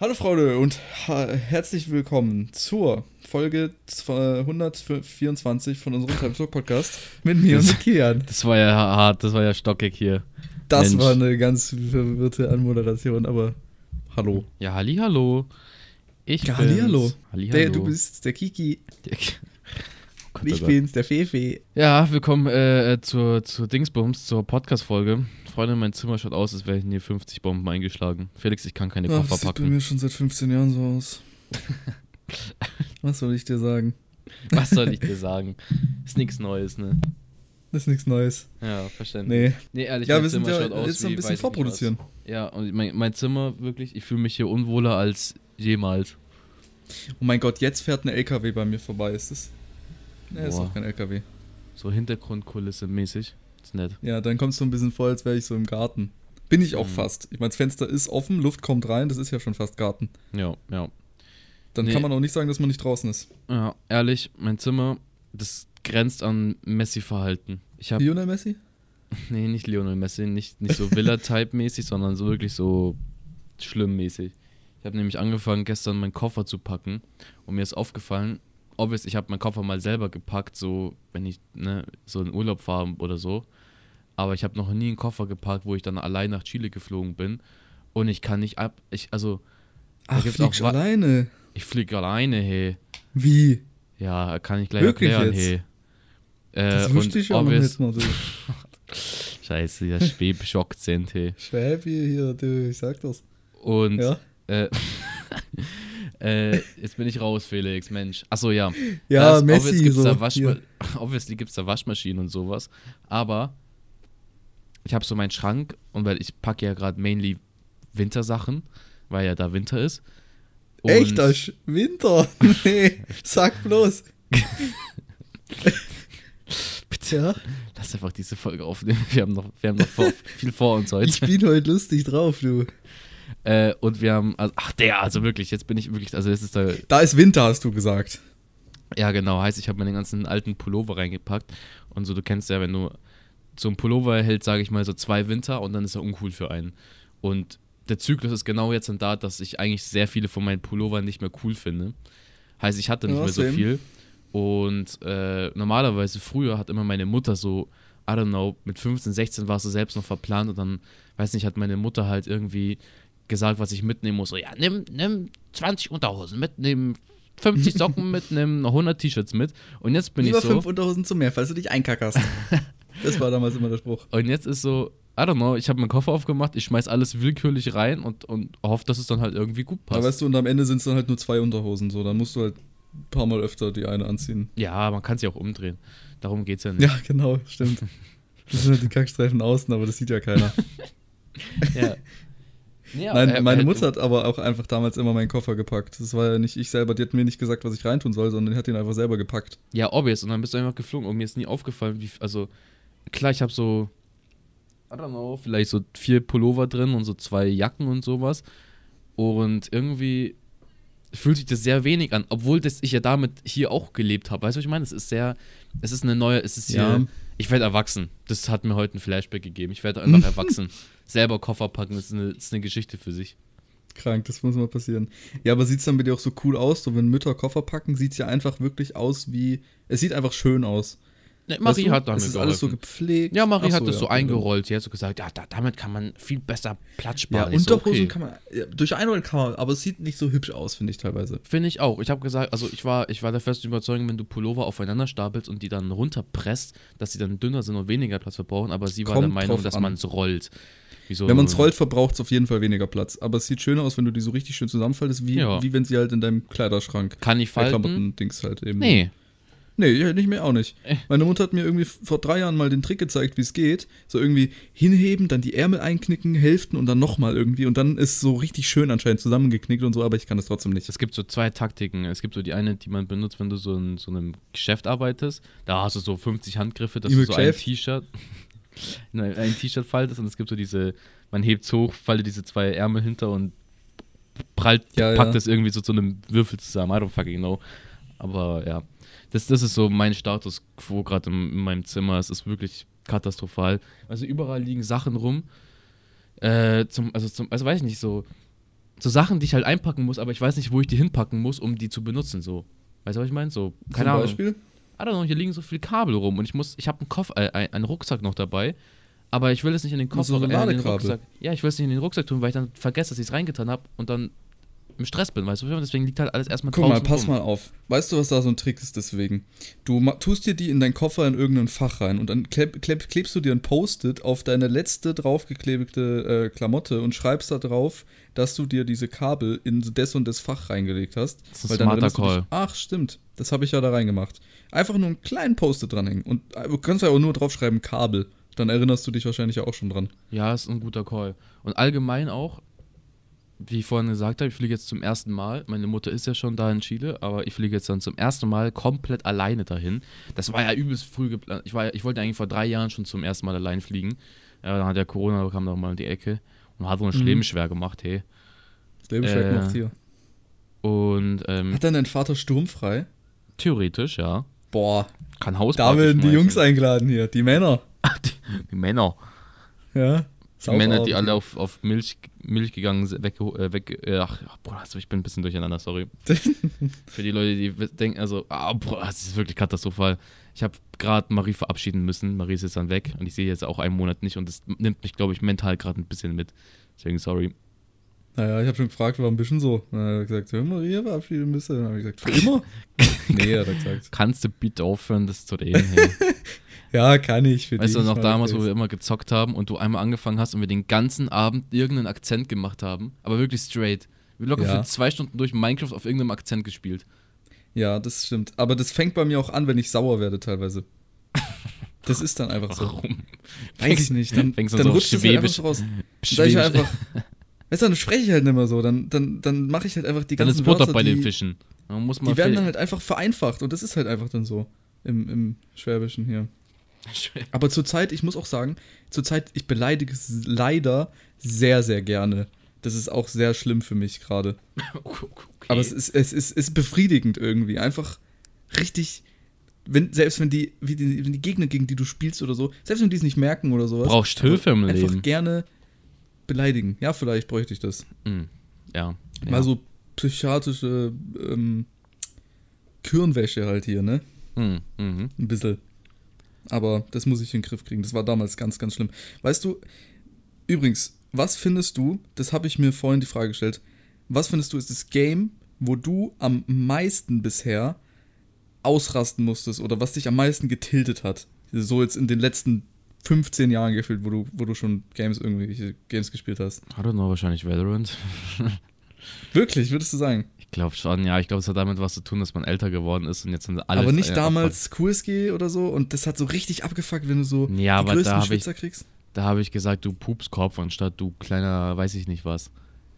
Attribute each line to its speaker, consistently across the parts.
Speaker 1: Hallo Freunde und herzlich willkommen zur Folge 124 von unserem Time Talk Podcast mit mir und mit Kian.
Speaker 2: Das war ja hart, das war ja stockig hier.
Speaker 1: Das
Speaker 2: Mensch.
Speaker 1: war eine ganz verwirrte Anmoderation, aber hallo.
Speaker 2: Ja, hallihallo.
Speaker 1: Hallihallo.
Speaker 2: Hallihallo.
Speaker 1: Du bist der Kiki.
Speaker 2: Oh Gott,
Speaker 1: Ich bin's, der Fefe.
Speaker 2: Ja, willkommen zur Dingsbums, zur Podcast-Folge. Freunde, mein Zimmer schaut aus, als wären hier 50 Bomben eingeschlagen. Felix, ich kann keine Koffer
Speaker 1: Das sieht bei
Speaker 2: packen.
Speaker 1: mir schon seit 15 Jahren so aus. Was soll ich dir sagen?
Speaker 2: Was soll ich dir sagen? Ist nichts Neues, ne?
Speaker 1: Das ist nichts Neues.
Speaker 2: Ja, verständlich. Nee, ehrlich,
Speaker 1: Ja,
Speaker 2: mein
Speaker 1: wir sind
Speaker 2: Zimmer
Speaker 1: ja
Speaker 2: schaut aus
Speaker 1: jetzt noch ein
Speaker 2: wie,
Speaker 1: bisschen
Speaker 2: weiß ich nicht
Speaker 1: vorproduzieren.
Speaker 2: was. Ja, und mein Zimmer, wirklich, ich fühle mich hier unwohler als jemals.
Speaker 1: Oh mein Gott, jetzt fährt ein LKW bei mir vorbei. Ist das? Ne, ist
Speaker 2: Boah.
Speaker 1: auch kein LKW.
Speaker 2: So Hintergrundkulisse mäßig. Ist nett.
Speaker 1: Ja, dann kommst du ein bisschen vor, als wäre ich so im Garten. Bin ich auch
Speaker 2: Mhm.
Speaker 1: fast. Ich meine, das Fenster ist offen, Luft kommt rein, das ist ja schon fast Garten.
Speaker 2: Ja.
Speaker 1: Dann
Speaker 2: Nee.
Speaker 1: kann man auch nicht sagen, dass man nicht draußen ist.
Speaker 2: Ja, ehrlich, mein Zimmer, das grenzt an Messi-Verhalten. Ich habe
Speaker 1: Lionel Messi?
Speaker 2: Nee, nicht Lionel Messi, nicht so Villa-Type-mäßig, sondern so wirklich so schlimm-mäßig. Ich habe nämlich angefangen, gestern meinen Koffer zu packen und mir ist aufgefallen, obvious, ich habe meinen Koffer mal selber gepackt, so wenn ich so in Urlaub fahre oder so, aber ich habe noch nie einen Koffer gepackt, wo ich dann allein nach Chile geflogen bin und ich kann nicht
Speaker 1: Ach,
Speaker 2: gibt's
Speaker 1: fliegst
Speaker 2: auch
Speaker 1: alleine?
Speaker 2: ich fliege alleine, hey.
Speaker 1: Wie?
Speaker 2: Ja, kann ich gleich
Speaker 1: Wirklich
Speaker 2: erklären,
Speaker 1: jetzt?
Speaker 2: hey.
Speaker 1: Das wusste ich ja noch nicht mal, du.
Speaker 2: Scheiße, ja, Schwebschock sind, hey.
Speaker 1: Schwäbi hier, du, ich sag das.
Speaker 2: Und
Speaker 1: Ja?
Speaker 2: Jetzt bin ich raus, Felix, Mensch. Achso, ja.
Speaker 1: Ja,
Speaker 2: Das-
Speaker 1: Messi,
Speaker 2: obviously gibt's
Speaker 1: so.
Speaker 2: da
Speaker 1: Hier.
Speaker 2: Obviously gibt es da Waschmaschinen und sowas. Aber ich habe so meinen Schrank und weil ich packe ja gerade mainly Wintersachen, weil ja da Winter ist. Und
Speaker 1: Echt, das ist Winter? Nee, sag bloß.
Speaker 2: Bitte,
Speaker 1: Ja,
Speaker 2: lass einfach diese Folge aufnehmen. Wir haben noch viel vor uns heute.
Speaker 1: ich bin heute lustig drauf, du.
Speaker 2: Und wir haben, also wirklich, jetzt bin ich wirklich, also das ist da,
Speaker 1: Da ist Winter, hast du gesagt.
Speaker 2: ja genau, heißt, ich habe meine ganzen alten Pullover reingepackt und so, du kennst ja, wenn du so ein Pullover hält, sage ich mal, so 2 Winter und dann ist er uncool für einen. Und der Zyklus ist genau jetzt da, dass ich eigentlich sehr viele von meinen Pullovern nicht mehr cool finde. Heißt, ich hatte nicht
Speaker 1: Ja,
Speaker 2: mehr so
Speaker 1: same.
Speaker 2: viel. Und normalerweise früher hat immer meine Mutter so, I don't know, mit 15, 16 war es so selbst noch verplant und dann, weiß nicht, hat meine Mutter halt irgendwie gesagt, was ich mitnehmen muss. So, ja, nimm 20 Unterhosen mit, nimm 50 Socken mit, nimm 100 T-Shirts mit. Und jetzt bin
Speaker 1: Lieber
Speaker 2: ich so.
Speaker 1: 5 Unterhosen zu mehr, falls du dich einkackerst. Das war damals immer der Spruch.
Speaker 2: Und jetzt ist so, I don't know, ich habe meinen Koffer aufgemacht, ich schmeiß alles willkürlich rein und hoffe, dass es dann halt irgendwie gut passt.
Speaker 1: Aber weißt du, und am Ende sind es dann halt nur 2 Unterhosen, so. Dann musst du halt ein paar Mal öfter die eine anziehen.
Speaker 2: Ja, man kann sie auch umdrehen. Darum geht's ja nicht.
Speaker 1: Ja, genau, stimmt. Das sind halt die Kackstreifen außen, aber das sieht ja keiner.
Speaker 2: Ja. Nee,
Speaker 1: Nein, meine Mutter hat aber auch einfach damals immer meinen Koffer gepackt. Das war ja nicht ich selber, die hat mir nicht gesagt, was ich reintun soll, sondern die hat ihn einfach selber gepackt.
Speaker 2: Ja, obvious. Und dann bist du einfach geflogen. Und mir ist nie aufgefallen, also, klar, ich habe so, I don't know, vielleicht so 4 Pullover drin und so 2 Jacken und sowas. Und irgendwie fühlt sich das sehr wenig an, obwohl ich ja damit hier auch gelebt habe. Weißt du, was ich meine? Es ist hier,
Speaker 1: Ja.
Speaker 2: ich werde erwachsen. Das hat mir heute ein Flashback gegeben. Ich werde einfach erwachsen. Selber Koffer packen, das ist eine Geschichte für sich.
Speaker 1: Krank, das muss mal passieren. Ja, aber sieht es dann bei dir auch so cool aus? So, wenn Mütter Koffer packen, sieht es ja einfach wirklich aus wie. Es sieht einfach schön aus.
Speaker 2: Ne,
Speaker 1: Weißt
Speaker 2: Marie
Speaker 1: du?
Speaker 2: hat damit
Speaker 1: Es ist alles so
Speaker 2: geholfen.
Speaker 1: gepflegt.
Speaker 2: Ja, Marie
Speaker 1: Ach
Speaker 2: hat das so
Speaker 1: okay,
Speaker 2: eingerollt. Sie hat so gesagt, ja, damit kann man viel besser Platz
Speaker 1: Ja,
Speaker 2: sparen. Ich so,
Speaker 1: Unterhosen
Speaker 2: okay.
Speaker 1: kann man. Ja, durch Einrollen kann man, aber es sieht nicht so hübsch aus, finde ich teilweise.
Speaker 2: Finde ich auch. Ich habe gesagt, also ich war der festen Überzeugung, wenn du Pullover aufeinander stapelst und die dann runterpresst, dass sie dann dünner sind und weniger Platz verbrauchen, aber sie war
Speaker 1: Kommt
Speaker 2: der Meinung,
Speaker 1: drauf
Speaker 2: dass
Speaker 1: an.
Speaker 2: man es rollt. Wieso?
Speaker 1: Wenn man es rollt, verbraucht es auf jeden Fall weniger Platz. Aber es sieht schön aus, wenn du die so richtig schön zusammenfaltest, wie wenn sie halt in deinem Kleiderschrank.
Speaker 2: Kann ich falten?
Speaker 1: Klamotten-Dings halt eben.
Speaker 2: Nee.
Speaker 1: Nee, ja, nicht mehr auch nicht. Meine Mutter hat mir irgendwie vor 3 Jahren mal den Trick gezeigt, wie es geht. So irgendwie hinheben, dann die Ärmel einknicken, Hälften und dann nochmal irgendwie. Und dann ist so richtig schön anscheinend zusammengeknickt und so, aber ich kann das trotzdem nicht.
Speaker 2: Es gibt so 2 Taktiken. Es gibt so die eine, die man benutzt, wenn du so in so einem Geschäft arbeitest. Da hast du so 50 Handgriffe, dass du so ein T-Shirt ein T-Shirt faltest und es gibt so diese, man hebt es hoch, faltet diese 2 Ärmel hinter und packt das irgendwie so zu einem Würfel zusammen. I don't fucking know. Aber ja, das ist so mein Status quo gerade in meinem Zimmer. Es ist wirklich katastrophal. Also überall liegen Sachen rum. Also weiß ich nicht, so so Sachen, die ich halt einpacken muss, aber ich weiß nicht, wo ich die hinpacken muss, um die zu benutzen, so. Weißt du, was ich meine? So, keine Ahnung. Zum Beispiel? I don't know, hier liegen so viele Kabel rum und ich habe einen Rucksack noch dabei, aber ich will es nicht in den Rucksack. Ja, ich will es nicht in den Rucksack tun, weil ich dann vergesse, dass ich es reingetan habe und dann im Stress bin, weißt du? Deswegen liegt halt alles erstmal
Speaker 1: draußen. Guck mal, pass mal auf. Weißt du, was da so ein Trick ist deswegen? Du tust dir die in deinen Koffer in irgendein Fach rein und dann klebst du dir ein Post-it auf deine letzte draufgeklebte Klamotte und schreibst da drauf, dass du dir diese Kabel in das und das Fach reingelegt hast.
Speaker 2: Das ist ein smarter Call.
Speaker 1: Ach, stimmt. Das habe ich ja da reingemacht. Einfach nur einen kleinen Post-it dranhängen und du kannst ja auch nur draufschreiben Kabel. Dann erinnerst du dich wahrscheinlich auch schon dran.
Speaker 2: Ja, ist ein guter Call. Und allgemein auch, wie ich vorhin gesagt habe, ich fliege jetzt zum ersten Mal. Meine Mutter ist ja schon da in Chile, aber ich fliege jetzt dann zum ersten Mal komplett alleine dahin. Das war ja übelst früh geplant. Ich wollte eigentlich vor 3 Jahren schon zum ersten Mal allein fliegen. Ja, dann hat ja Corona, kam da mal in die Ecke und hat uns Leben schwer gemacht, hey.
Speaker 1: Das Leben schwer gemacht hier.
Speaker 2: Und,
Speaker 1: hat dann dein Vater sturmfrei?
Speaker 2: Theoretisch, ja.
Speaker 1: Boah.
Speaker 2: Kann Hausparty
Speaker 1: da werden die Jungs eingeladen hier, die Männer.
Speaker 2: Die Männer.
Speaker 1: Ja.
Speaker 2: Die Männer, die alle auf Milch gegangen sind, Bruder, ich bin ein bisschen durcheinander, sorry. Für die Leute, die denken, Bruder, das ist wirklich katastrophal. Ich habe gerade Marie verabschieden müssen. Marie ist jetzt dann weg und ich sehe jetzt auch einen Monat nicht und das nimmt mich, glaube ich, mental gerade ein bisschen mit. Deswegen sorry.
Speaker 1: Naja, ich habe schon gefragt, war ein bisschen so. Dann hat er gesagt, Marie verabschieden müssen. Dann habe ich gesagt, für immer? Nee, hat er gesagt.
Speaker 2: Kannst du bitte aufhören, das zu reden? Hey.
Speaker 1: Ja, kann ich. Für
Speaker 2: weißt du noch damals, wo wir immer gezockt haben und du einmal angefangen hast und wir den ganzen Abend irgendeinen Akzent gemacht haben, aber wirklich straight. Wir locker für 2 Stunden durch Minecraft auf irgendeinem Akzent gespielt.
Speaker 1: Ja, das stimmt. Aber das fängt bei mir auch an, wenn ich sauer werde teilweise. Das ist dann einfach so.
Speaker 2: Warum?
Speaker 1: Weiß ich nicht. Dann rutscht es halt einfach so raus. Sag ich einfach, weißt du, dann spreche ich halt nicht mehr so. Dann mache ich halt einfach die ganzen
Speaker 2: Wörter. Dann ist Butter bei den Fischen.
Speaker 1: Die werden dann halt einfach vereinfacht und das ist halt einfach dann so im Schwäbischen hier. Aber zurzeit, ich muss auch sagen, ich beleidige es leider sehr, sehr gerne. Das ist auch sehr schlimm für mich gerade. Okay. Aber es ist befriedigend irgendwie. Einfach richtig, selbst wenn die Gegner, gegen die du spielst oder so, selbst wenn die es nicht merken oder sowas.
Speaker 2: Brauchst Hilfe im Leben.
Speaker 1: Einfach gerne beleidigen. Ja, vielleicht bräuchte ich das.
Speaker 2: Ja.
Speaker 1: Mal so psychiatrische Kirnwäsche halt hier, ne? Ein bisschen. Aber das muss ich in den Griff kriegen. Das war damals ganz, ganz schlimm. Weißt du, übrigens, was findest du, das habe ich mir vorhin die Frage gestellt, was findest du ist das Game, wo du am meisten bisher ausrasten musstest oder was dich am meisten getiltet hat? So jetzt in den letzten 15 Jahren gefühlt, wo du schon irgendwelche Games gespielt hast.
Speaker 2: I don't know, wahrscheinlich Valorant.
Speaker 1: Wirklich, würdest du sagen?
Speaker 2: Ich glaube schon, ja. Ich glaube, es hat damit was zu tun, dass man älter geworden ist und jetzt sind alle.
Speaker 1: Aber nicht damals QSG oder so und das hat so richtig abgefuckt, wenn du so
Speaker 2: die größten Schwitzer kriegst. Da habe ich gesagt, du Pupskopf anstatt du kleiner, weiß ich nicht was.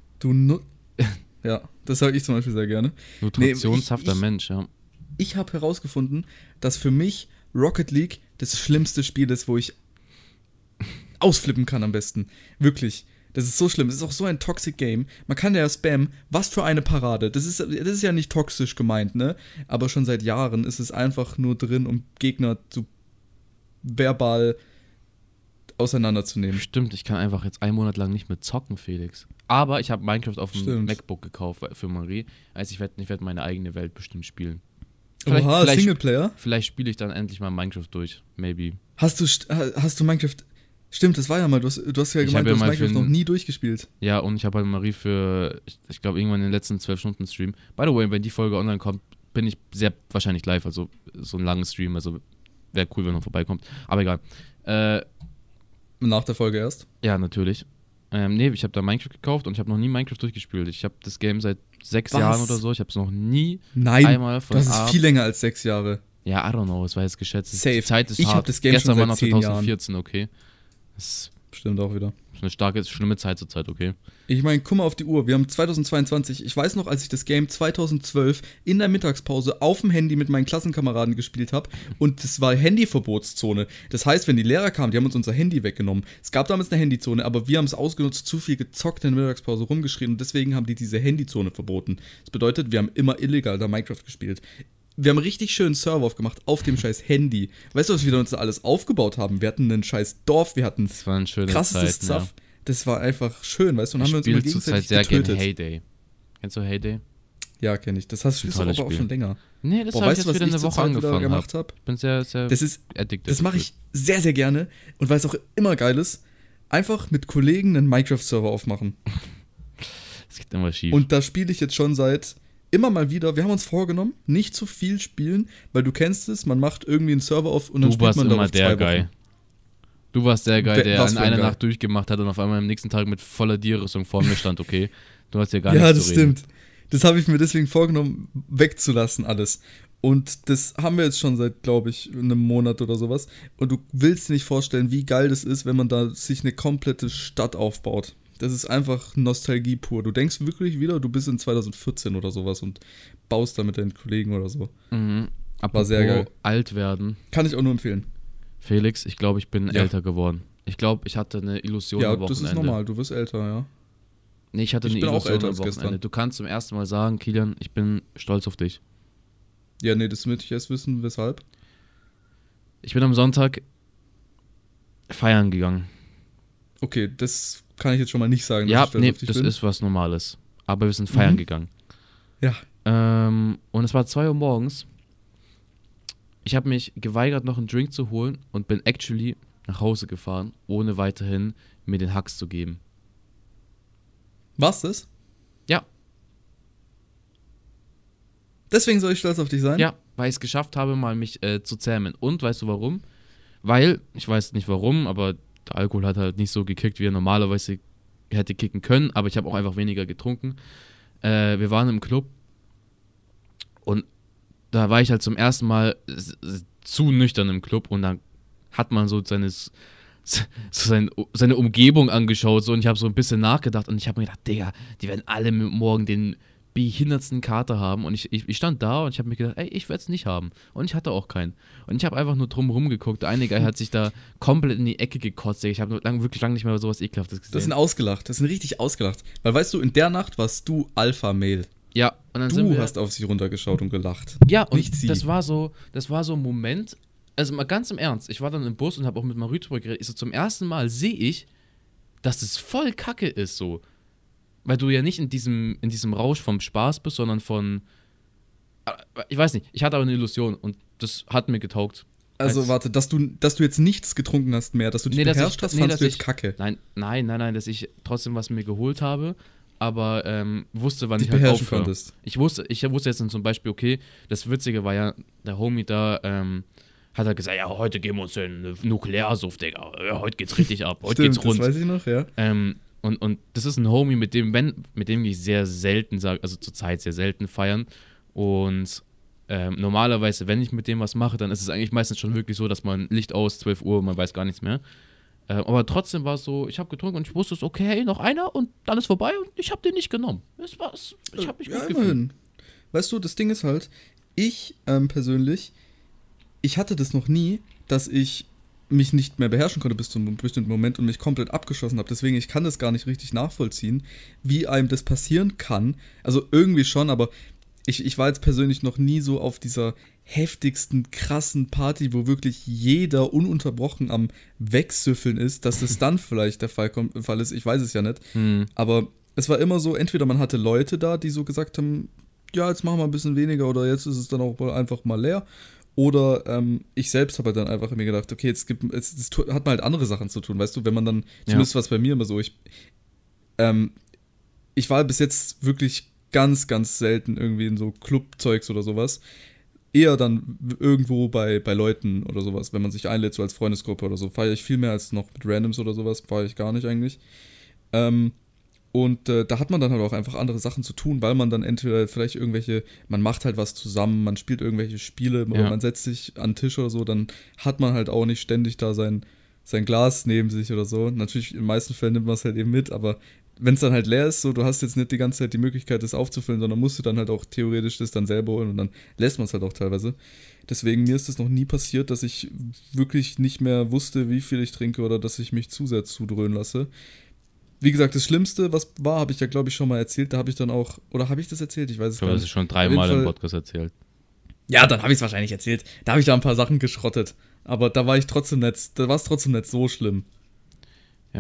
Speaker 1: Ja, das sage ich zum Beispiel sehr gerne.
Speaker 2: Nutritionshafter Mensch, ja.
Speaker 1: Ich habe herausgefunden, dass für mich Rocket League das schlimmste Spiel ist, wo ich ausflippen kann am besten. Wirklich. Das ist so schlimm. Das ist auch so ein toxic Game. Man kann ja spammen. Was für eine Parade. Das ist ja nicht toxisch gemeint, ne? Aber schon seit Jahren ist es einfach nur drin, um Gegner zu verbal auseinanderzunehmen.
Speaker 2: Stimmt, ich kann einfach jetzt 1 Monat lang nicht mehr zocken, Felix. Aber ich habe Minecraft auf dem MacBook gekauft für Marie. Also ich werd meine eigene Welt bestimmt spielen.
Speaker 1: Vielleicht Singleplayer?
Speaker 2: Vielleicht spiele ich dann endlich mal Minecraft durch. Maybe.
Speaker 1: Hast du Minecraft... Stimmt, das war ja mal, du hast ja gemeint, du hast Minecraft noch nie durchgespielt.
Speaker 2: Ja, und ich habe halt Marie für, ich glaube, irgendwann in den letzten 12 Stunden Stream. By the way, wenn die Folge online kommt, bin ich sehr wahrscheinlich live, also so ein langes Stream, also wäre cool, wenn man vorbeikommt. Aber egal.
Speaker 1: Nach der Folge erst?
Speaker 2: Ja, natürlich. Nee, ich habe da Minecraft gekauft und ich habe noch nie Minecraft durchgespielt. Ich habe das Game seit 6 Jahren oder so, ich habe es noch nie einmal von
Speaker 1: das ist viel länger als 6 Jahre.
Speaker 2: Ja, I don't know, es war jetzt geschätzt.
Speaker 1: Safe.
Speaker 2: Die Zeit ist
Speaker 1: ich
Speaker 2: hart.
Speaker 1: Ich habe das Game
Speaker 2: Gestern
Speaker 1: schon seit
Speaker 2: war noch
Speaker 1: 2014,
Speaker 2: Jahren. Okay. Das
Speaker 1: stimmt auch wieder.
Speaker 2: Ist eine schlimme Zeit zur Zeit, okay.
Speaker 1: Ich meine, guck mal auf die Uhr. Wir haben 2022. Ich weiß noch, als ich das Game 2012 in der Mittagspause auf dem Handy mit meinen Klassenkameraden gespielt habe und das war Handyverbotszone. Das heißt, wenn die Lehrer kamen, die haben uns unser Handy weggenommen. Es gab damals eine Handyzone, aber wir haben es ausgenutzt, zu viel gezockt in der Mittagspause rumgeschrien und deswegen haben die diese Handyzone verboten. Das bedeutet, wir haben immer illegal da Minecraft gespielt. Wir haben richtig schön Server aufgemacht auf dem scheiß Handy. Weißt du, was wir uns da alles aufgebaut haben? Wir hatten ein scheiß Dorf, wir hatten
Speaker 2: das waren schöne
Speaker 1: krassestes
Speaker 2: Zeiten,
Speaker 1: Stuff. Ja. das war einfach schön, weißt du? Und
Speaker 2: Ich
Speaker 1: haben wir uns immer
Speaker 2: spiele zurzeit
Speaker 1: gegenseitig
Speaker 2: sehr
Speaker 1: getötet.
Speaker 2: gerne Heyday. Kennst du Heyday?
Speaker 1: Ja, kenne ich. Das spielst du aber auch schon länger.
Speaker 2: Nee, das habe ich jetzt wieder eine Woche angefangen
Speaker 1: gemacht habe.
Speaker 2: Bin sehr, sehr
Speaker 1: addicted. Das mache ich sehr, sehr gerne. Und weil es auch immer geil ist, einfach mit Kollegen einen Minecraft-Server aufmachen.
Speaker 2: Das geht immer schief.
Speaker 1: Und da spiele ich jetzt schon seit immer mal wieder. Wir haben uns vorgenommen, nicht zu viel spielen, weil du kennst es, man macht irgendwie einen Server auf und dann spielt man darauf 2 Wochen.
Speaker 2: Du warst der Guy, der an einer Nacht durchgemacht hat und auf einmal am nächsten Tag mit voller Dierrüstung vor mir stand, okay? Du hast ja gar nichts zu reden. Ja, das stimmt.
Speaker 1: Das habe ich mir deswegen vorgenommen, wegzulassen alles. Und das haben wir jetzt schon seit, glaube ich, einem Monat oder sowas. Und du willst dir nicht vorstellen, wie geil das ist, wenn man da sich eine komplette Stadt aufbaut. Das ist einfach Nostalgie pur. Du denkst wirklich wieder, du bist in 2014 oder sowas und baust da mit deinen Kollegen oder so.
Speaker 2: Mhm.
Speaker 1: War sehr geil.
Speaker 2: Alt werden.
Speaker 1: Kann ich auch nur empfehlen.
Speaker 2: Felix, ich glaube, ich bin älter geworden. Ich glaube, ich hatte eine Illusion am Wochenende.
Speaker 1: Ja, das ist normal. Du wirst älter, ja.
Speaker 2: Nee, ich hatte eine Illusion am Wochenende. Gestern. Du kannst zum ersten Mal sagen, Kilian, ich bin stolz auf dich.
Speaker 1: Ja, nee, das möchte ich erst wissen, weshalb.
Speaker 2: Ich bin am Sonntag feiern gegangen.
Speaker 1: Okay, das kann ich jetzt schon mal nicht sagen.
Speaker 2: Ja, nee, das ist was Normales. Aber wir sind feiern gegangen.
Speaker 1: Ja.
Speaker 2: Und es war 2 Uhr morgens. Ich habe mich geweigert, noch einen Drink zu holen und bin actually nach Hause gefahren, ohne weiterhin mir den Hacks zu geben.
Speaker 1: War's das?
Speaker 2: Ja.
Speaker 1: Deswegen soll ich stolz auf dich sein?
Speaker 2: Ja, weil ich es geschafft habe, mal mich zu zähmen. Und weißt du warum? Weil, ich weiß nicht warum, aber der Alkohol hat halt nicht so gekickt, wie er normalerweise hätte kicken können, aber ich habe auch einfach weniger getrunken. Wir waren im Club und da war ich halt zum ersten Mal zu nüchtern im Club und dann hat man so seine Umgebung angeschaut so, und ich habe so ein bisschen nachgedacht und ich habe mir gedacht, Digga, die werden alle morgen den behindertsten Kater haben und ich stand da und ich habe mir gedacht, ey, ich werde es nicht haben und ich hatte auch keinen und ich habe einfach nur drumherum geguckt, der eine Guy hat sich da komplett in die Ecke gekotzt, ich habe wirklich lange nicht mehr sowas Ekelhaftes gesehen.
Speaker 1: Das sind ausgelacht, das sind richtig ausgelacht, weil weißt du, in der Nacht warst du Alpha-Male.
Speaker 2: Ja, und dann
Speaker 1: du hast auf sie runtergeschaut und gelacht.
Speaker 2: Ja, und nicht sie. Das war so ein Moment, also mal ganz im Ernst, ich war dann im Bus und habe auch mit Marie drüber geredet, ich so, zum ersten Mal sehe ich, dass es voll Kacke ist, so. Weil du ja nicht in diesem Rausch vom Spaß bist, sondern von, ich weiß nicht, ich hatte aber eine Illusion und das hat mir getaugt.
Speaker 1: Also warte, dass du jetzt nichts getrunken hast mehr, dass du dich beherrscht hast, fandst du jetzt Kacke?
Speaker 2: Nein, dass ich trotzdem was mir geholt habe, aber wusste, wann
Speaker 1: dich
Speaker 2: ich halt
Speaker 1: beherrschen
Speaker 2: aufhöre.
Speaker 1: Konntest.
Speaker 2: Ich wusste jetzt dann zum Beispiel, okay, das Witzige war ja, der Homie da hat halt gesagt, ja, heute geben wir uns den Nuklearsuff, Digga, ja, heute geht's richtig ab, heute geht's rund.
Speaker 1: Das weiß ich noch, ja.
Speaker 2: Und das ist ein Homie, mit dem wir sehr selten, also zurzeit sehr selten feiern. Und normalerweise, wenn ich mit dem was mache, dann ist es eigentlich meistens schon wirklich so, dass man Licht aus, 12 Uhr, man weiß gar nichts mehr. Aber trotzdem war es so, ich habe getrunken und ich wusste es, okay, hey, noch einer und dann ist vorbei und ich habe den nicht genommen. Ich habe mich gut gefühlt.
Speaker 1: Weißt du, das Ding ist halt, ich persönlich, ich hatte das noch nie, dass ich mich nicht mehr beherrschen konnte bis zu einem bestimmten Moment und mich komplett abgeschossen habe. Deswegen, ich kann das gar nicht richtig nachvollziehen, wie einem das passieren kann. Also irgendwie schon, aber ich war jetzt persönlich noch nie so auf dieser heftigsten, krassen Party, wo wirklich jeder ununterbrochen am Wegsüffeln ist, dass das dann vielleicht der Fall ist. Ich weiß es ja nicht. Aber es war immer so, entweder man hatte Leute da, die so gesagt haben, ja, jetzt machen wir ein bisschen weniger oder jetzt ist es dann auch einfach mal leer. Oder ich selbst habe halt dann einfach mir gedacht, okay, das hat man halt andere Sachen zu tun, weißt du, wenn man dann, zumindest war es bei mir immer so, ich war bis jetzt wirklich ganz, ganz selten irgendwie in so Clubzeugs oder sowas. Eher dann irgendwo bei Leuten oder sowas, wenn man sich einlädt, so als Freundesgruppe oder so, feiere ich viel mehr als noch mit Randoms oder sowas, feiere ich gar nicht eigentlich. Und da hat man dann halt auch einfach andere Sachen zu tun, weil man dann entweder vielleicht man macht halt was zusammen, man spielt irgendwelche Spiele, oder man setzt sich an den Tisch oder so, dann hat man halt auch nicht ständig da sein Glas neben sich oder so. Natürlich, in den meisten Fällen nimmt man es halt eben mit, aber wenn es dann halt leer ist, so, du hast jetzt nicht die ganze Zeit die Möglichkeit, das aufzufüllen, sondern musst du dann halt auch theoretisch das dann selber holen und dann lässt man es halt auch teilweise. Deswegen, mir ist das noch nie passiert, dass ich wirklich nicht mehr wusste, wie viel ich trinke oder dass ich mich zu sehr zudröhnen lasse. Wie gesagt, das Schlimmste, was war, habe ich ja, glaube ich, schon mal erzählt. Da habe ich dann auch, oder habe ich das erzählt? Ich weiß es gar nicht.
Speaker 2: Du hast es schon 3-mal im Podcast erzählt.
Speaker 1: Ja, dann habe ich es wahrscheinlich erzählt. Da habe ich da ein paar Sachen geschrottet. Aber da war es trotzdem nicht so schlimm.
Speaker 2: Ja,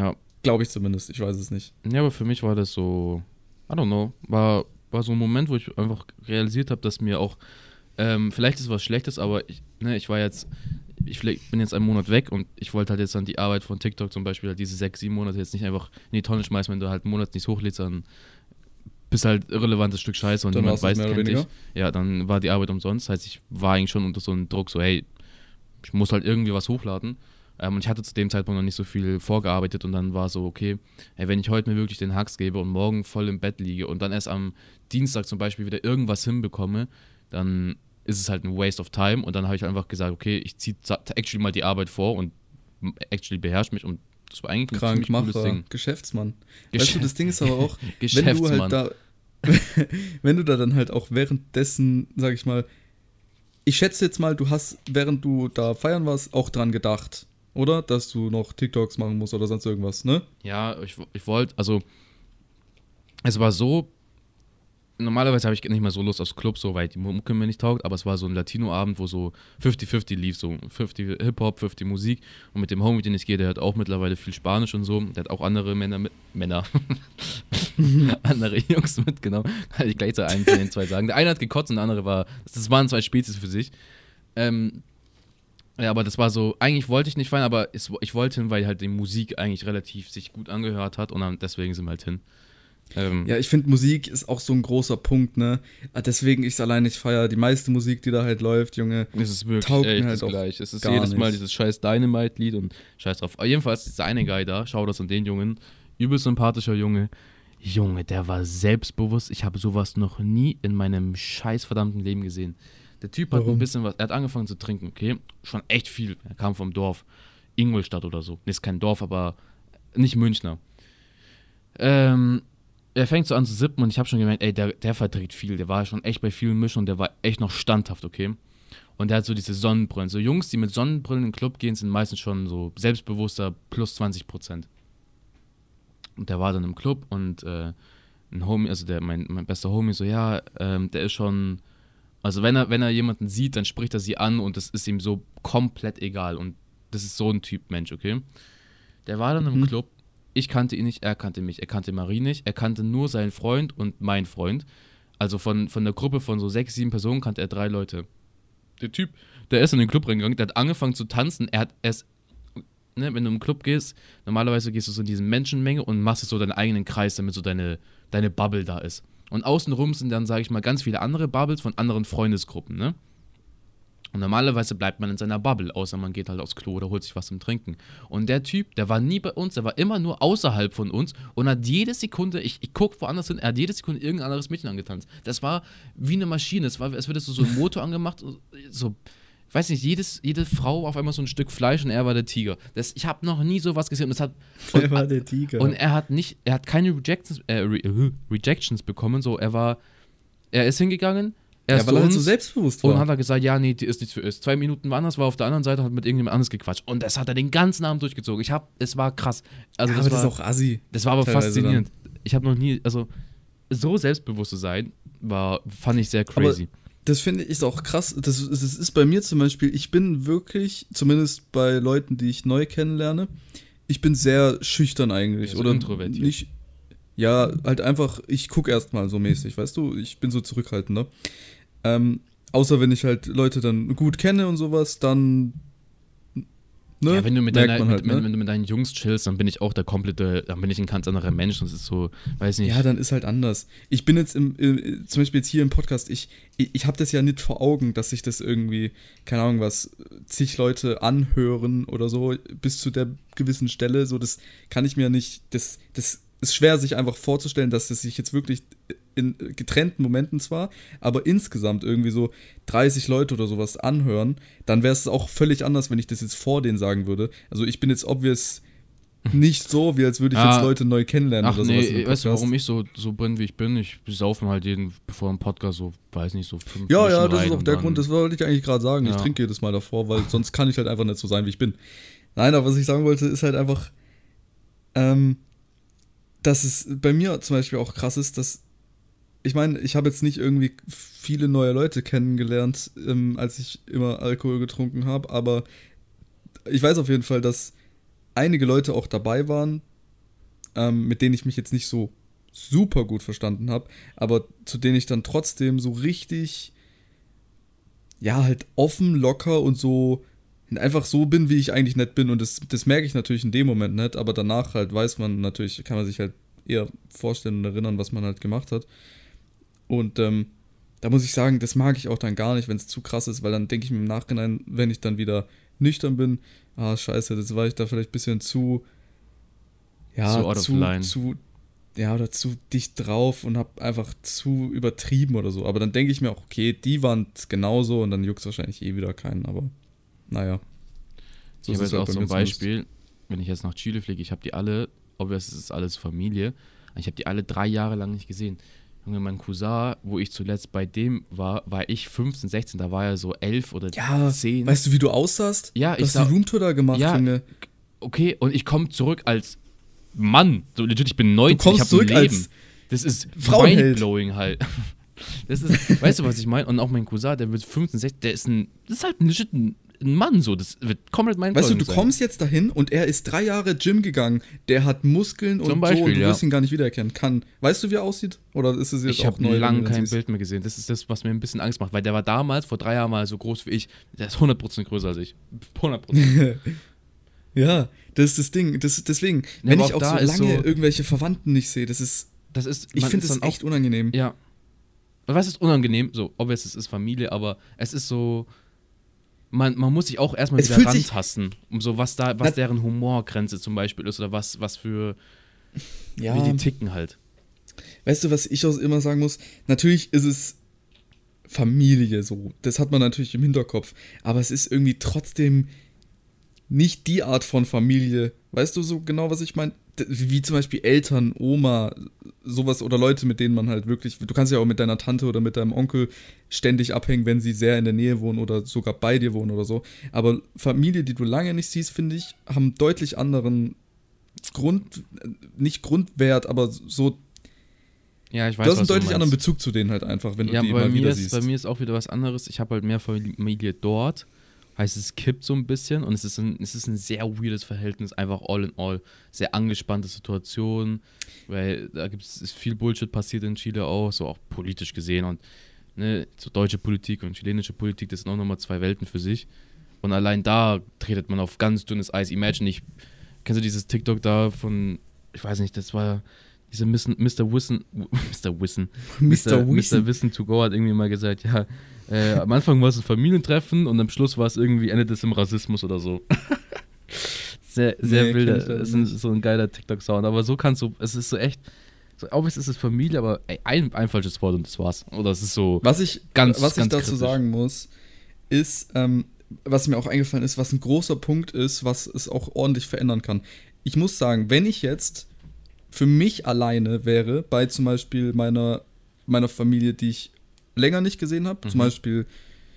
Speaker 1: Glaube ich zumindest, ich weiß es nicht.
Speaker 2: Ja, aber für mich war das so, I don't know, war so ein Moment, wo ich einfach realisiert habe, dass mir auch, vielleicht ist was Schlechtes, aber ich bin jetzt einen Monat weg und ich wollte halt jetzt dann die Arbeit von TikTok zum Beispiel, halt diese 6, 7 Monate jetzt nicht einfach in die Tonne schmeißen, wenn du halt einen Monat nichts hochlädst, dann bist halt irrelevantes Stück Scheiße und niemand weiß, kennt dich. Ja, dann war die Arbeit umsonst, das heißt, ich war eigentlich schon unter so einem Druck, so hey, ich muss halt irgendwie was hochladen. Und ich hatte zu dem Zeitpunkt noch nicht so viel vorgearbeitet und dann war so, okay, hey, wenn ich heute mir wirklich den Hacks gebe und morgen voll im Bett liege und dann erst am Dienstag zum Beispiel wieder irgendwas hinbekomme, dann ist es halt ein Waste of Time und dann habe ich einfach gesagt, okay, ich ziehe actually mal die Arbeit vor und actually beherrsche mich und das war eigentlich ein ziemlich cooles Ding.
Speaker 1: Geschäftsmann. Weißt du, das Ding ist aber auch, wenn du halt da wenn du da dann halt auch währenddessen, sag ich mal, ich schätze jetzt mal, du hast, während du da feiern warst, auch dran gedacht, oder? Dass du noch TikToks machen musst oder sonst irgendwas, ne?
Speaker 2: Ja, ich wollte, also es war so, normalerweise habe ich nicht mehr so Lust aufs Club, so weit die Mucke mir nicht taugt, aber es war so ein Latino-Abend, wo so 50-50 lief, so 50 Hip-Hop, 50 Musik und mit dem Homie, mit dem ich gehe, der hat auch mittlerweile viel Spanisch und so, der hat auch andere Männer, andere Jungs mit, genau, kann ich gleich zu einem von den zwei sagen. Der eine hat gekotzt und der andere das waren zwei Spezies für sich. Ja, aber das war so, eigentlich wollte ich nicht feiern, aber ich wollte hin, weil halt die Musik eigentlich relativ sich gut angehört hat und dann deswegen sind wir halt hin.
Speaker 1: Ja, ich finde, Musik ist auch so ein großer Punkt, ne? Deswegen ich es allein nicht feiere. Die meiste Musik, die da halt läuft, Junge,
Speaker 2: es ist wirklich
Speaker 1: taugt
Speaker 2: echt
Speaker 1: mir halt
Speaker 2: das gleich. Es ist jedes Mal dieses scheiß Dynamite-Lied und scheiß drauf. Aber jedenfalls dieser eine Guy da, schau das an den Jungen, übel sympathischer Junge. Junge, der war selbstbewusst. Ich habe sowas noch nie in meinem scheiß verdammten Leben gesehen. Der Typ hat ein bisschen was, er hat angefangen zu trinken, okay? Schon echt viel. Er kam vom Dorf. Ingolstadt oder so. Ist kein Dorf, aber nicht Münchner. Er fängt so an zu sippen und ich habe schon gemerkt, ey, der verträgt viel. Der war schon echt bei vielen Mischen und der war echt noch standhaft, okay? Und der hat so diese Sonnenbrillen. So Jungs, die mit Sonnenbrillen in den Club gehen, sind meistens schon so selbstbewusster plus 20%. Und der war dann im Club und ein Homie, also mein bester Homie, so, ja, der ist schon, also wenn er jemanden sieht, dann spricht er sie an und das ist ihm so komplett egal. Und das ist so ein Typ Mensch, okay? Der war dann im Club. Ich kannte ihn nicht, er kannte mich, er kannte Marie nicht, er kannte nur seinen Freund und meinen Freund. Also von der Gruppe von so 6, 7 Personen kannte er 3 Leute. Der Typ, der ist in den Club reingegangen, der hat angefangen zu tanzen, wenn du im Club gehst, normalerweise gehst du so in diese Menschenmenge und machst so deinen eigenen Kreis, damit so deine Bubble da ist. Und außenrum sind dann, sage ich mal, ganz viele andere Bubbles von anderen Freundesgruppen, ne? Und normalerweise bleibt man in seiner Bubble, außer man geht halt aufs Klo oder holt sich was zum Trinken. Und der Typ, der war nie bei uns, der war immer nur außerhalb von uns und hat jede Sekunde, ich guck woanders hin, er hat jede Sekunde irgendein anderes Mädchen angetanzt. Das war wie eine Maschine, es wird so ein Motor angemacht, so, ich weiß nicht, jede Frau auf einmal so ein Stück Fleisch und er war der Tiger. Ich habe noch nie sowas gesehen.
Speaker 1: Er war der Tiger.
Speaker 2: Und er hat keine Rejections bekommen, so, er ist hingegangen,
Speaker 1: weil er halt so selbstbewusst war.
Speaker 2: Und hat er gesagt, ja, nee, die ist nichts für uns. 2 Minuten woanders, war auf der anderen Seite und hat mit irgendjemand anderes gequatscht. Und das hat er den ganzen Abend durchgezogen. Es war krass. Also
Speaker 1: ja, aber das ist auch assi.
Speaker 2: Das war aber faszinierend. Ich habe noch nie, also so selbstbewusst zu sein, fand ich sehr crazy.
Speaker 1: Aber das finde ich auch krass. Das ist bei mir zum Beispiel, ich bin wirklich, zumindest bei Leuten, die ich neu kennenlerne, ich bin sehr schüchtern eigentlich.
Speaker 2: Ja, so oder introvertiert.
Speaker 1: Nicht, ja, halt einfach, ich gucke erstmal so mäßig, weißt du? Ich bin so zurückhaltender. Außer wenn ich halt Leute dann gut kenne und sowas, dann
Speaker 2: ne? Ja, wenn du mit deinen Jungs chillst, dann bin ich auch dann bin ich ein ganz anderer Mensch. Das ist so, weiß nicht.
Speaker 1: Ja, dann ist halt anders. Ich bin jetzt zum Beispiel jetzt hier im Podcast, ich habe das ja nicht vor Augen, dass sich das irgendwie, keine Ahnung was, zig Leute anhören oder so, bis zu der gewissen Stelle. So, das kann ich mir nicht, das ist schwer, sich einfach vorzustellen, dass das sich jetzt wirklich in getrennten Momenten zwar, aber insgesamt irgendwie so 30 Leute oder sowas anhören, dann wäre es auch völlig anders, wenn ich das jetzt vor denen sagen würde. Also ich bin jetzt obvious nicht so, wie als würde ich jetzt Leute neu kennenlernen oder sowas.
Speaker 2: Nee, weißt du, warum ich so bin, wie ich bin? Ich saufe halt bevor im Podcast so, weiß nicht, so 5
Speaker 1: Ja, das ist auch der Grund, das wollte ich eigentlich gerade sagen. Ja. Ich trinke jedes Mal davor, weil sonst kann ich halt einfach nicht so sein, wie ich bin. Nein, aber was ich sagen wollte, ist halt einfach, dass es bei mir zum Beispiel auch krass ist, dass ich meine, ich habe jetzt nicht irgendwie viele neue Leute kennengelernt, als ich immer Alkohol getrunken habe, aber ich weiß auf jeden Fall, dass einige Leute auch dabei waren, mit denen ich mich jetzt nicht so super gut verstanden habe, aber zu denen ich dann trotzdem so richtig, ja, halt offen, locker und so einfach so bin, wie ich eigentlich nicht bin. Und das merke ich natürlich in dem Moment nicht, aber danach halt weiß man natürlich, kann man sich halt eher vorstellen und erinnern, was man halt gemacht hat. Und da muss ich sagen, das mag ich auch dann gar nicht, wenn es zu krass ist, weil dann denke ich mir im Nachhinein, wenn ich dann wieder nüchtern bin, scheiße, das war ich da vielleicht ein bisschen zu zu dicht drauf und hab einfach zu übertrieben oder so. Aber dann denke ich mir auch, okay, die waren genauso und dann juckt es wahrscheinlich wieder keinen, aber naja.
Speaker 2: So ich habe jetzt auch so ein Beispiel, wenn ich jetzt nach Chile fliege, ich habe die alle, obviously ist es alles Familie, ich habe die alle 3 Jahre lang nicht gesehen. Junge, mein Cousin, wo ich zuletzt bei dem war ich 15, 16, da war er so 11 oder 10.
Speaker 1: Weißt du, wie du aussahst?
Speaker 2: Ja,
Speaker 1: du hast die Roomtour da gemacht, Junge.
Speaker 2: Okay, und ich komme zurück als Mann, so legit, ich bin 19,
Speaker 1: du kommst
Speaker 2: ich habe
Speaker 1: zurück
Speaker 2: ein Leben.
Speaker 1: Als
Speaker 2: das ist
Speaker 1: Frauenheld.
Speaker 2: Mindblowing halt. Das ist, weißt du, was ich meine? Und auch mein Cousin, der wird 15, 16, das ist halt legit ein Mann so, das wird komplett mindblowing.
Speaker 1: Weißt du, du kommst jetzt dahin und er ist 3 Jahre Gym gegangen, der hat Muskeln und
Speaker 2: Beispiel,
Speaker 1: so und du wirst ihn gar nicht wiedererkennen. Weißt du, wie er aussieht? Oder ist es jetzt
Speaker 2: ich
Speaker 1: auch neu?
Speaker 2: Ich habe lange kein Bild mehr gesehen, das ist das, was mir ein bisschen Angst macht, weil der war damals, vor 3 Jahren mal so groß wie ich, der ist 100% größer als ich. 100%.
Speaker 1: Ja, das ist das Ding. Deswegen, wenn ich auch so lange irgendwelche Verwandten nicht sehe, ich finde das echt unangenehm.
Speaker 2: Ja. Was ist unangenehm? So, obviously es ist Familie, aber es ist so, man muss sich auch erstmal wieder rantasten, um so, was deren Humorgrenze zum Beispiel ist oder was für, wie die ticken halt.
Speaker 1: Weißt du, was ich auch immer sagen muss? Natürlich ist es Familie so, das hat man natürlich im Hinterkopf, aber es ist irgendwie trotzdem nicht die Art von Familie. Weißt du so genau, was ich meine? Wie zum Beispiel Eltern, Oma, sowas oder Leute, mit denen man halt wirklich, du kannst ja auch mit deiner Tante oder mit deinem Onkel ständig abhängen, wenn sie sehr in der Nähe wohnen oder sogar bei dir wohnen oder so. Aber Familie, die du lange nicht siehst, finde ich, haben deutlich anderen nicht Grundwert, aber so.
Speaker 2: Ja, ich weiß,
Speaker 1: du hast einen deutlich anderen Bezug zu denen halt einfach, wenn du die mal wieder siehst.
Speaker 2: Bei mir ist auch wieder was anderes. Ich habe halt mehr Familie dort. Heißt, es kippt so ein bisschen und es ist ein sehr weirdes Verhältnis, einfach all in all. Sehr angespannte Situation, weil da ist viel Bullshit passiert in Chile auch, so auch politisch gesehen und ne, so deutsche Politik und chilenische Politik, das sind auch nochmal 2 Welten für sich. Und allein da tretet man auf ganz dünnes Eis. Imagine, kennst du dieses TikTok da von, ich weiß nicht, das war dieser Mr. Wissen to go hat irgendwie mal gesagt, ja, am Anfang war es ein Familientreffen und am Schluss war es irgendwie, endet es im Rassismus oder so. Sehr wilder, das ist so ein geiler TikTok-Sound, aber so kannst du, es ist so echt, so, obviously ist es Familie, aber ein falsches Wort und das war's. Oder es ist so
Speaker 1: was ich dazu sagen muss, ist, was mir auch eingefallen ist, was ein großer Punkt ist, was es auch ordentlich verändern kann. Ich muss sagen, wenn ich jetzt für mich alleine wäre, bei zum Beispiel meiner Familie, die ich länger nicht gesehen habe, zum Beispiel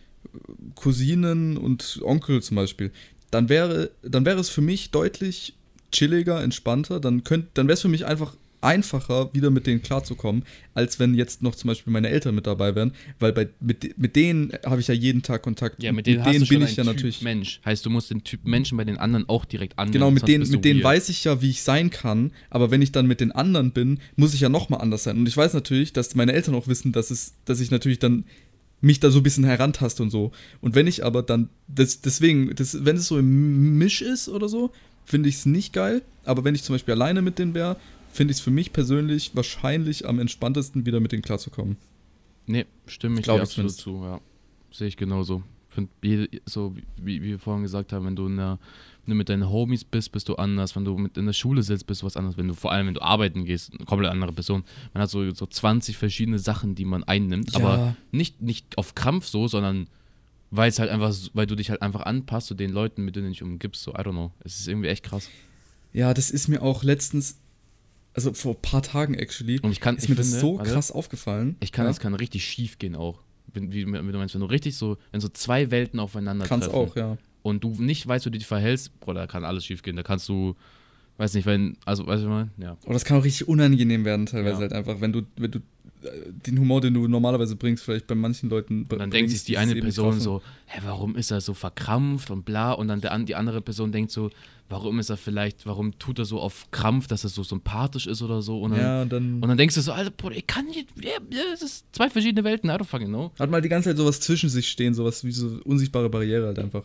Speaker 1: Cousinen und Onkel zum Beispiel, dann wäre es für mich deutlich chilliger, entspannter, dann wäre es für mich einfach einfacher, wieder mit denen klarzukommen, als wenn jetzt noch zum Beispiel meine Eltern mit dabei wären, weil mit denen habe ich ja jeden Tag Kontakt.
Speaker 2: Ja, mit denen bin ich ja natürlich Mensch. Heißt, du musst den Typ Menschen bei den anderen auch direkt annehmen.
Speaker 1: Genau, mit denen weiß ich ja, wie ich sein kann, aber wenn ich dann mit den anderen bin, muss ich ja nochmal anders sein. Und ich weiß natürlich, dass meine Eltern auch wissen, dass ich natürlich dann mich da so ein bisschen herantaste und so. Und wenn ich aber dann, wenn es so im Misch ist oder so, finde ich es nicht geil, aber wenn ich zum Beispiel alleine mit denen wäre, finde ich es für mich persönlich wahrscheinlich am entspanntesten, wieder mit denen klarzukommen.
Speaker 2: Nee, stimme ich dir absolut zu, ja. Sehe ich genauso. Finde, so wie wir vorhin gesagt haben, wenn du mit deinen Homies bist du anders. Wenn du in der Schule sitzt, bist du was anderes. Vor allem, wenn du arbeiten gehst, eine komplett andere Person. Man hat so 20 verschiedene Sachen, die man einnimmt. Ja. Aber nicht auf Krampf so, sondern weil es halt einfach, weil du dich halt einfach anpasst zu den Leuten, mit denen du dich umgibst. So, I don't know. Es ist irgendwie echt krass.
Speaker 1: Ja, das ist mir auch letztens, also vor ein paar Tagen actually, ist mir das so krass aufgefallen.
Speaker 2: Es kann richtig schief gehen auch. Wie du meinst, wenn du richtig so, wenn so 2 Welten aufeinander treffen.
Speaker 1: Kann's auch, ja.
Speaker 2: Und du nicht weißt, wie du dich verhältst, Bro, da kann alles schief gehen. Da kannst du, weiß nicht, weißt du mal, ja.
Speaker 1: Oder das kann auch richtig unangenehm werden teilweise halt einfach, wenn du den Humor, den du normalerweise bringst, vielleicht bei manchen Leuten
Speaker 2: und dann denkt sich die eine Person so, warum ist er so verkrampft und bla, und dann die andere Person denkt so, warum tut er so auf Krampf, dass er so sympathisch ist oder so, und dann denkst du so, Alter, Bruder, ich kann nicht, das ist 2 verschiedene Welten, I don't fucking know.
Speaker 1: Hat mal die ganze Zeit sowas zwischen sich stehen, sowas wie so unsichtbare Barriere halt einfach.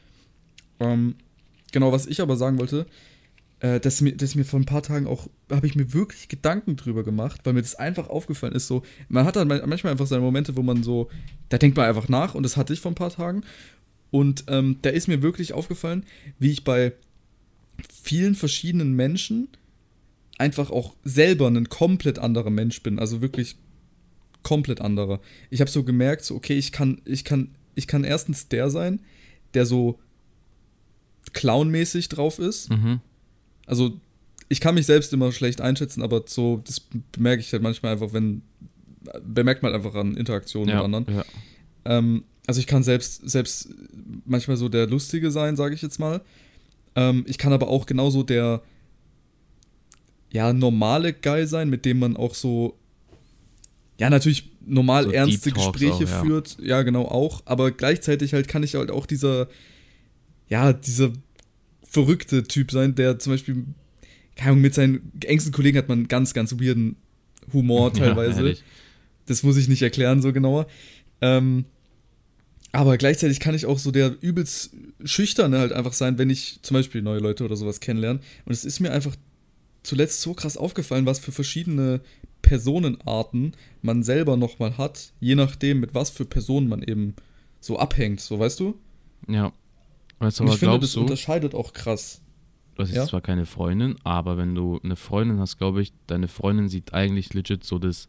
Speaker 1: Genau, was ich aber sagen wollte, dass mir vor ein paar Tagen auch, habe ich mir wirklich Gedanken drüber gemacht, weil mir das einfach aufgefallen ist, so, man hat dann manchmal einfach seine Momente, wo man so, da denkt man einfach nach, und das hatte ich vor ein paar Tagen, und da ist mir wirklich aufgefallen, wie ich bei vielen verschiedenen Menschen einfach auch selber ein komplett anderer Mensch bin, also wirklich komplett anderer. Ich habe so gemerkt, so, okay, ich kann erstens der sein, der so clownmäßig drauf ist. Also, ich kann mich selbst immer schlecht einschätzen, aber so, das bemerke ich halt manchmal einfach, bemerkt man einfach an Interaktionen mit anderen. Ja. Also, ich kann selbst manchmal so der Lustige sein, sage ich jetzt mal. Ich kann aber auch genauso der, ja, normale Guy sein, mit dem man auch so, ja, natürlich normal so ernste Gespräche auch, führt. Ja, genau, auch. Aber gleichzeitig halt kann ich halt auch dieser verrückte Typ sein, der zum Beispiel, keine Ahnung, mit seinen engsten Kollegen hat man einen ganz, ganz weirden Humor teilweise. Ja, das muss ich nicht erklären, so genauer. Aber gleichzeitig kann ich auch so der übelst Schüchterne halt einfach sein, wenn ich zum Beispiel neue Leute oder sowas kennenlerne. Und es ist mir einfach zuletzt so krass aufgefallen, was für verschiedene Personenarten man selber nochmal hat, je nachdem, mit was für Personen man eben so abhängt, so, weißt du?
Speaker 2: Ja. Weißt du,
Speaker 1: und ich finde, das unterscheidet auch krass.
Speaker 2: Du hast jetzt zwar keine Freundin, aber wenn du eine Freundin hast, glaube ich, deine Freundin sieht eigentlich legit so das.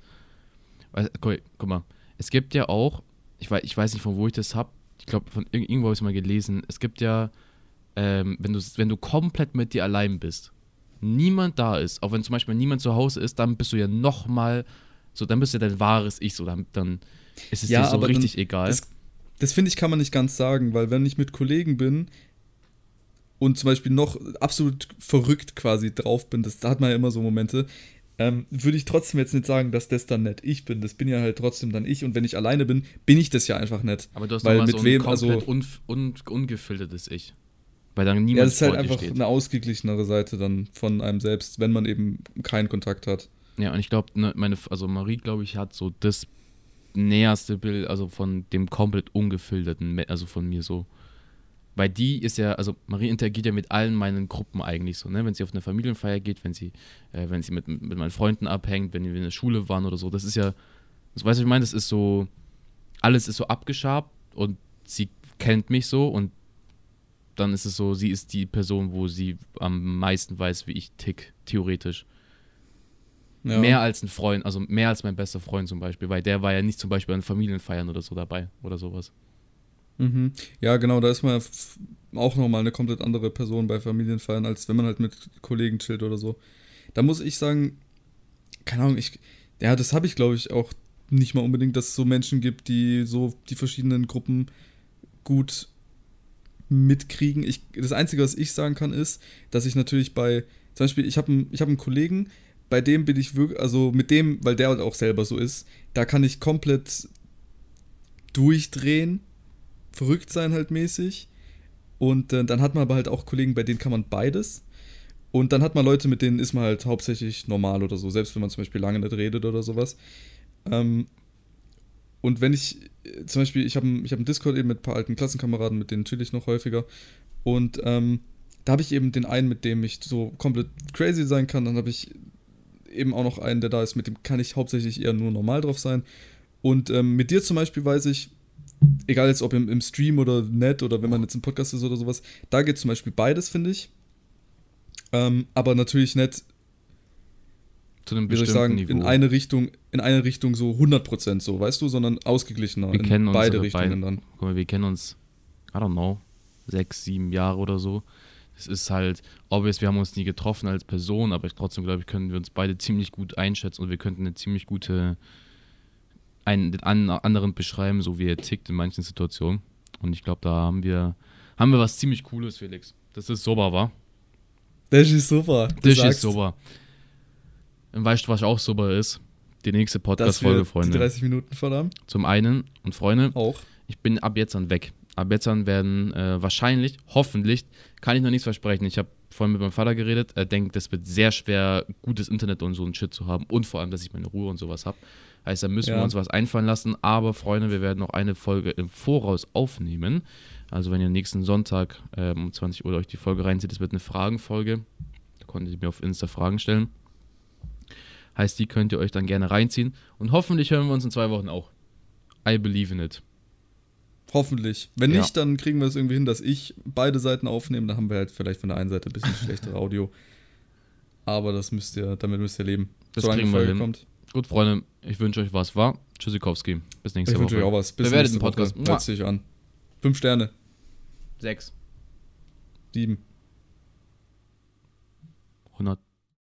Speaker 2: Guck mal, es gibt ja auch, ich weiß nicht, von wo ich das habe, ich glaube, von irgendwo habe ich es mal gelesen, es gibt ja, wenn du komplett mit dir allein bist, niemand da ist, auch wenn zum Beispiel niemand zu Hause ist, dann bist du ja nochmal, so, dann bist du ja dein wahres Ich, so, dann ist es dir so richtig egal.
Speaker 1: Das finde ich, kann man nicht ganz sagen, weil wenn ich mit Kollegen bin und zum Beispiel noch absolut verrückt quasi drauf bin, da hat man ja immer so Momente, würde ich trotzdem jetzt nicht sagen, dass das dann nicht ich bin. Das bin ja halt trotzdem dann ich, und wenn ich alleine bin ich das ja einfach nicht.
Speaker 2: Aber du hast doch mal so ein komplett ungefiltertes Ich. Weil dann niemand
Speaker 1: das ist halt einfach steht. Eine ausgeglichenere Seite dann von einem selbst, wenn man eben keinen Kontakt hat.
Speaker 2: Ja, und ich glaube, Marie, glaube ich, hat so das näherste Bild, also von dem komplett ungefilterten, also von mir so. Weil die ist ja, also Marie interagiert ja mit allen meinen Gruppen eigentlich so, ne? Wenn sie auf eine Familienfeier geht, wenn sie mit meinen Freunden abhängt, wenn wir in der Schule waren oder so, das ist ja, das weißt du, ich meine, das ist so, alles ist so abgeschabt und sie kennt mich so, und dann ist es so, sie ist die Person, wo sie am meisten weiß, wie ich tick, theoretisch. Ja. Mehr als ein Freund, also mehr als mein bester Freund zum Beispiel, weil der war ja nicht zum Beispiel an Familienfeiern oder so dabei oder sowas.
Speaker 1: Mhm. Ja, genau, da ist man auch nochmal eine komplett andere Person bei Familienfeiern, als wenn man halt mit Kollegen chillt oder so. Da muss ich sagen, keine Ahnung, das habe ich, glaube ich, auch nicht mal unbedingt, dass es so Menschen gibt, die so die verschiedenen Gruppen gut mitkriegen. Das Einzige, was ich sagen kann, ist, dass ich natürlich zum Beispiel, ich hab einen Kollegen, bei dem bin ich wirklich, also mit dem, weil der halt auch selber so ist, da kann ich komplett durchdrehen, verrückt sein halt mäßig, und dann hat man aber halt auch Kollegen, bei denen kann man beides, und dann hat man Leute, mit denen ist man halt hauptsächlich normal oder so, selbst wenn man zum Beispiel lange nicht redet oder sowas. Und wenn ich, zum Beispiel, ich hab einen Discord eben mit ein paar alten Klassenkameraden, mit denen chill ich noch häufiger, und da habe ich eben den einen, mit dem ich so komplett crazy sein kann, dann habe ich eben auch noch einen, der da ist, mit dem kann ich hauptsächlich eher nur normal drauf sein. Und mit dir zum Beispiel weiß ich, egal jetzt ob im Stream oder nett oder wenn man jetzt im Podcast ist oder sowas, da geht zum Beispiel beides, finde ich. Aber natürlich nicht,
Speaker 2: zu einem bestimmten Niveau.
Speaker 1: in eine Richtung so 100% so, weißt du, sondern ausgeglichener.
Speaker 2: Wir kennen
Speaker 1: beide Richtungen dann.
Speaker 2: Guck mal, wir kennen uns, I don't know, 6, 7 Jahre oder so. Es ist halt, obvious, wir haben uns nie getroffen als Person, aber trotzdem, glaube ich, können wir uns beide ziemlich gut einschätzen, und wir könnten eine ziemlich gute den anderen beschreiben, so wie er tickt in manchen Situationen. Und ich glaube, da haben wir was ziemlich Cooles, Felix. Das ist super, wa?
Speaker 1: Das ist super.
Speaker 2: Das ist super. Und weißt du, was auch super ist? die nächste Podcast-Folge, Freunde.
Speaker 1: Die 30 Minuten voll haben.
Speaker 2: Zum einen, und Freunde,
Speaker 1: auch.
Speaker 2: Ich bin ab jetzt an weg. Ab jetzt an werden wahrscheinlich, hoffentlich, kann ich noch nichts versprechen. Ich habe vorhin mit meinem Vater geredet. Er denkt, das wird sehr schwer, gutes Internet und so ein Shit zu haben. Und vor allem, dass ich meine Ruhe und sowas habe. Heißt, da müssen wir uns was einfallen lassen. Aber, Freunde, wir werden noch eine Folge im Voraus aufnehmen. Also, wenn ihr nächsten Sonntag um 20 Uhr euch die Folge reinzieht, das wird eine Fragenfolge. Da konntet ihr mir auf Insta Fragen stellen. Heißt, die könnt ihr euch dann gerne reinziehen. Und hoffentlich hören wir uns in 2 Wochen auch. I believe in it.
Speaker 1: Hoffentlich. Wenn nicht, dann kriegen wir es irgendwie hin, dass ich beide Seiten aufnehme. Da haben wir halt vielleicht von der einen Seite ein bisschen schlechtere Audio. Aber damit müsst ihr leben.
Speaker 2: Das kriegen wir hin. Kommt. Gut, Freunde, ich wünsche euch was. War Tschüssikowski. Bis nächste Woche.
Speaker 1: Ich wünsche euch auch was.
Speaker 2: Bis nächste Woche. Podcast.
Speaker 1: Hört sich an. 5 Sterne.
Speaker 2: 6.
Speaker 1: 7.
Speaker 2: 100.